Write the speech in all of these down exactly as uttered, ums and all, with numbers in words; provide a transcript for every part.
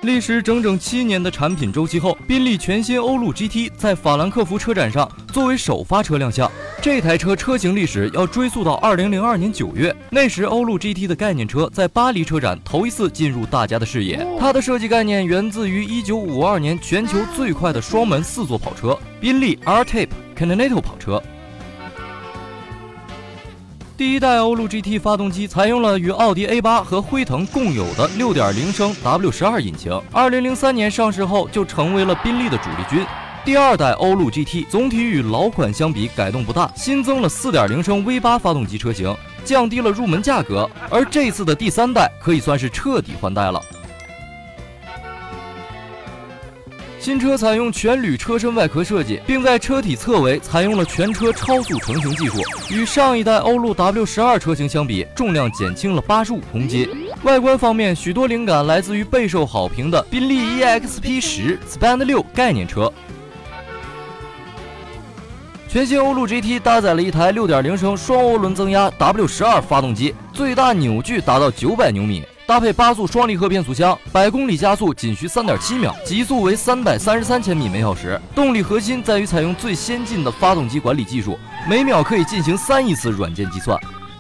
历时整整七年的产品周期后，宾利全新欧陆 G T 在法兰克福车展上作为首发车亮相。这台车车型历史要追溯到二零零二年九月，那时欧陆 G T 的概念车在巴黎车展头一次进入大家的视野。它的设计概念源自于一九五二年全球最快的双门四座跑车宾利 R-Type Continental 跑车。第一代欧陆 G T 发动机采用了与奥迪 A 八 和辉腾共有的 六点零 升 W 十二 引擎，二零零三年上市后就成为了宾利的主力军。第二代欧陆 G T 总体与老款相比改动不大，新增了 四点零 升 V 八 发动机车型，降低了入门价格，而这次的第三代可以算是彻底换代了。新车采用全铝车身外壳设计，并在车体侧围采用了全车超速成型技术，与上一代欧陆 W 十二 车型相比，重量减轻了八十五公斤。外观方面，许多灵感来自于备受好评的宾利 E X P 十 Span 六概念车。全新欧陆 G T 搭载了一台 六点零 升双涡轮增压 W 十二 发动机，最大扭矩达到九百牛米。搭配八速双离合变速箱，百公里加速仅需 三点七秒，极速为三百三十三千米每小时。动力核心在于采用最先进的发动机管理技术，每秒可以进行三亿次软件计算。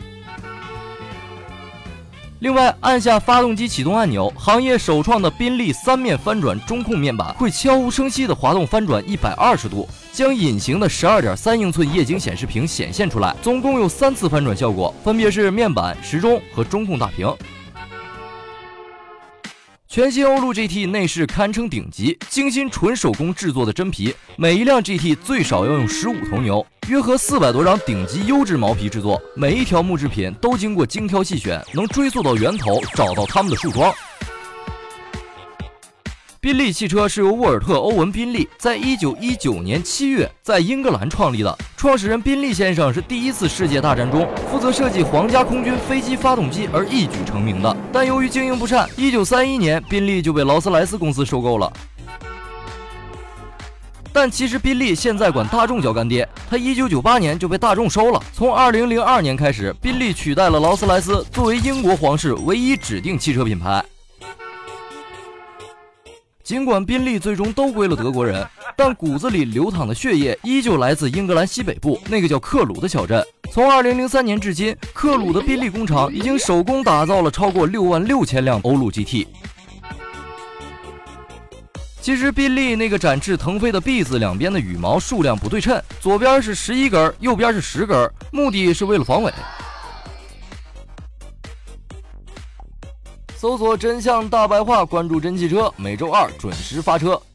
另外，按下发动机启动按钮，行业首创的宾利三面翻转中控面板会悄无声息地滑动翻转一百二十度，将隐形的 十二点三英寸液晶显示屏显现出来。总共有三次翻转效果，分别是面板、时钟和中控大屏。全新欧陆 G T 内饰堪称顶级，精心纯手工制作的真皮，每一辆 G T 最少要用十五头牛，约合四百多张顶级优质毛皮制作，每一条木制品都经过精挑细选，能追溯到源头，找到他们的树桩。宾利汽车是由沃尔特·欧文·宾利在一九一九年七月在英格兰创立的。创始人宾利先生是第一次世界大战中负责设计皇家空军飞机发动机而一举成名的，但由于经营不善，一九三一年宾利就被劳斯莱斯公司收购了。但其实宾利现在管大众叫干爹，他一九九八年就被大众收了。从二零零二年开始，宾利取代了劳斯莱斯作为英国皇室唯一指定汽车品牌。尽管宾利最终都归了德国人，但骨子里流淌的血液依旧来自英格兰西北部那个叫克鲁的小镇。从二零零三年至今，克鲁的宾利工厂已经手工打造了超过六万六千辆欧陆 G T。其实宾利那个展翅腾飞的 B 字两边的羽毛数量不对称，左边是十一根，右边是十根，目的是为了防伪。搜索真相大白话，关注真汽车，每周二准时发车。